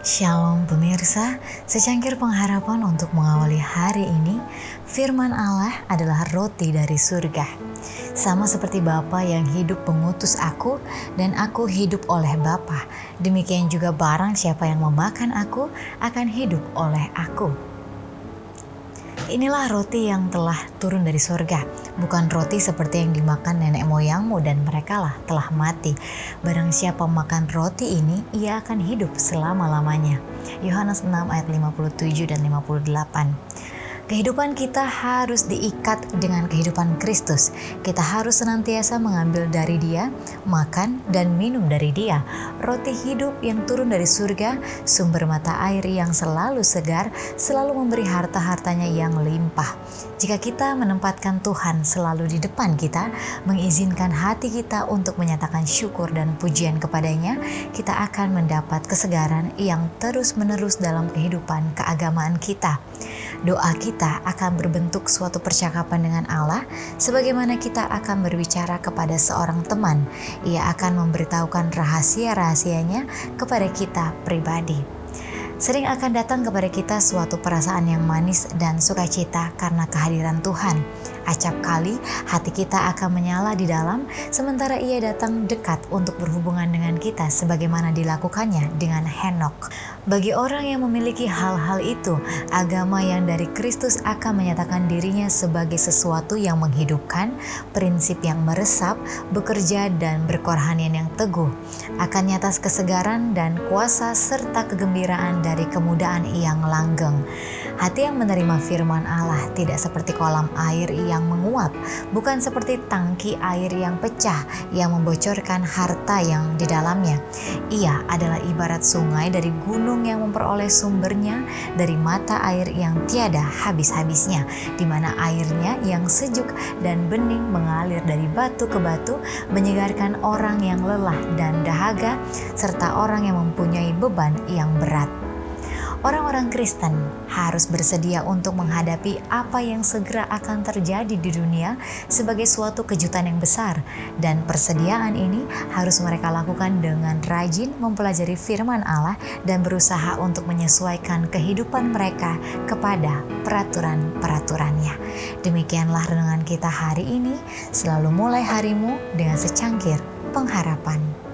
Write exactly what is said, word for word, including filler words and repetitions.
Shalom pemirsa, secangkir pengharapan untuk mengawali hari ini. Firman Allah adalah roti dari surga. Sama seperti Bapa yang hidup mengutus aku dan aku hidup oleh Bapa, demikian juga barang siapa yang memakan aku akan hidup oleh aku. Inilah roti yang telah turun dari surga, bukan roti seperti yang dimakan nenek moyangmu dan merekalah telah mati. Barang siapa makan roti ini, ia akan hidup selama-lamanya. Yohanes enam ayat lima puluh tujuh dan lima puluh delapan. Kehidupan kita harus diikat dengan kehidupan Kristus. Kita harus senantiasa mengambil dari Dia, makan dan minum dari Dia. Roti hidup yang turun dari surga, sumber mata air yang selalu segar, selalu memberi harta-hartanya yang limpah. Jika kita menempatkan Tuhan selalu di depan kita, mengizinkan hati kita untuk menyatakan syukur dan pujian kepadanya, kita akan mendapat kesegaran yang terus-menerus dalam kehidupan keagamaan kita. Doa kita akan berbentuk suatu percakapan dengan Allah, sebagaimana kita akan berbicara kepada seorang teman. Ia akan memberitahukan rahasia-rahasianya kepada kita pribadi. Sering akan datang kepada kita suatu perasaan yang manis dan sukacita karena kehadiran Tuhan. Acap kali hati kita akan menyala di dalam, sementara Ia datang dekat untuk berhubungan dengan kita sebagaimana dilakukannya dengan Henokh. Bagi orang yang memiliki hal-hal itu, agama yang dari Kristus akan menyatakan dirinya sebagai sesuatu yang menghidupkan, prinsip yang meresap, bekerja dan berkerohanian yang teguh. Akan nyata kesegaran dan kuasa serta kegembiraan dari kemudaan yang langgeng. Hati yang menerima firman Allah tidak seperti kolam air yang menguap, bukan seperti tangki air yang pecah yang membocorkan harta yang di dalamnya. Ia adalah ibarat sungai dari gunung yang memperoleh sumbernya dari mata air yang tiada habis-habisnya, di mana airnya yang sejuk dan bening mengalir dari batu ke batu, menyegarkan orang yang lelah dan dahaga, serta orang yang mempunyai beban yang berat. Orang-orang Kristen harus bersedia untuk menghadapi apa yang segera akan terjadi di dunia sebagai suatu kejutan yang besar, dan persediaan ini harus mereka lakukan dengan rajin mempelajari firman Allah dan berusaha untuk menyesuaikan kehidupan mereka kepada peraturan-peraturannya. Demikianlah renungan kita hari ini. Selalu mulai harimu dengan secangkir pengharapan.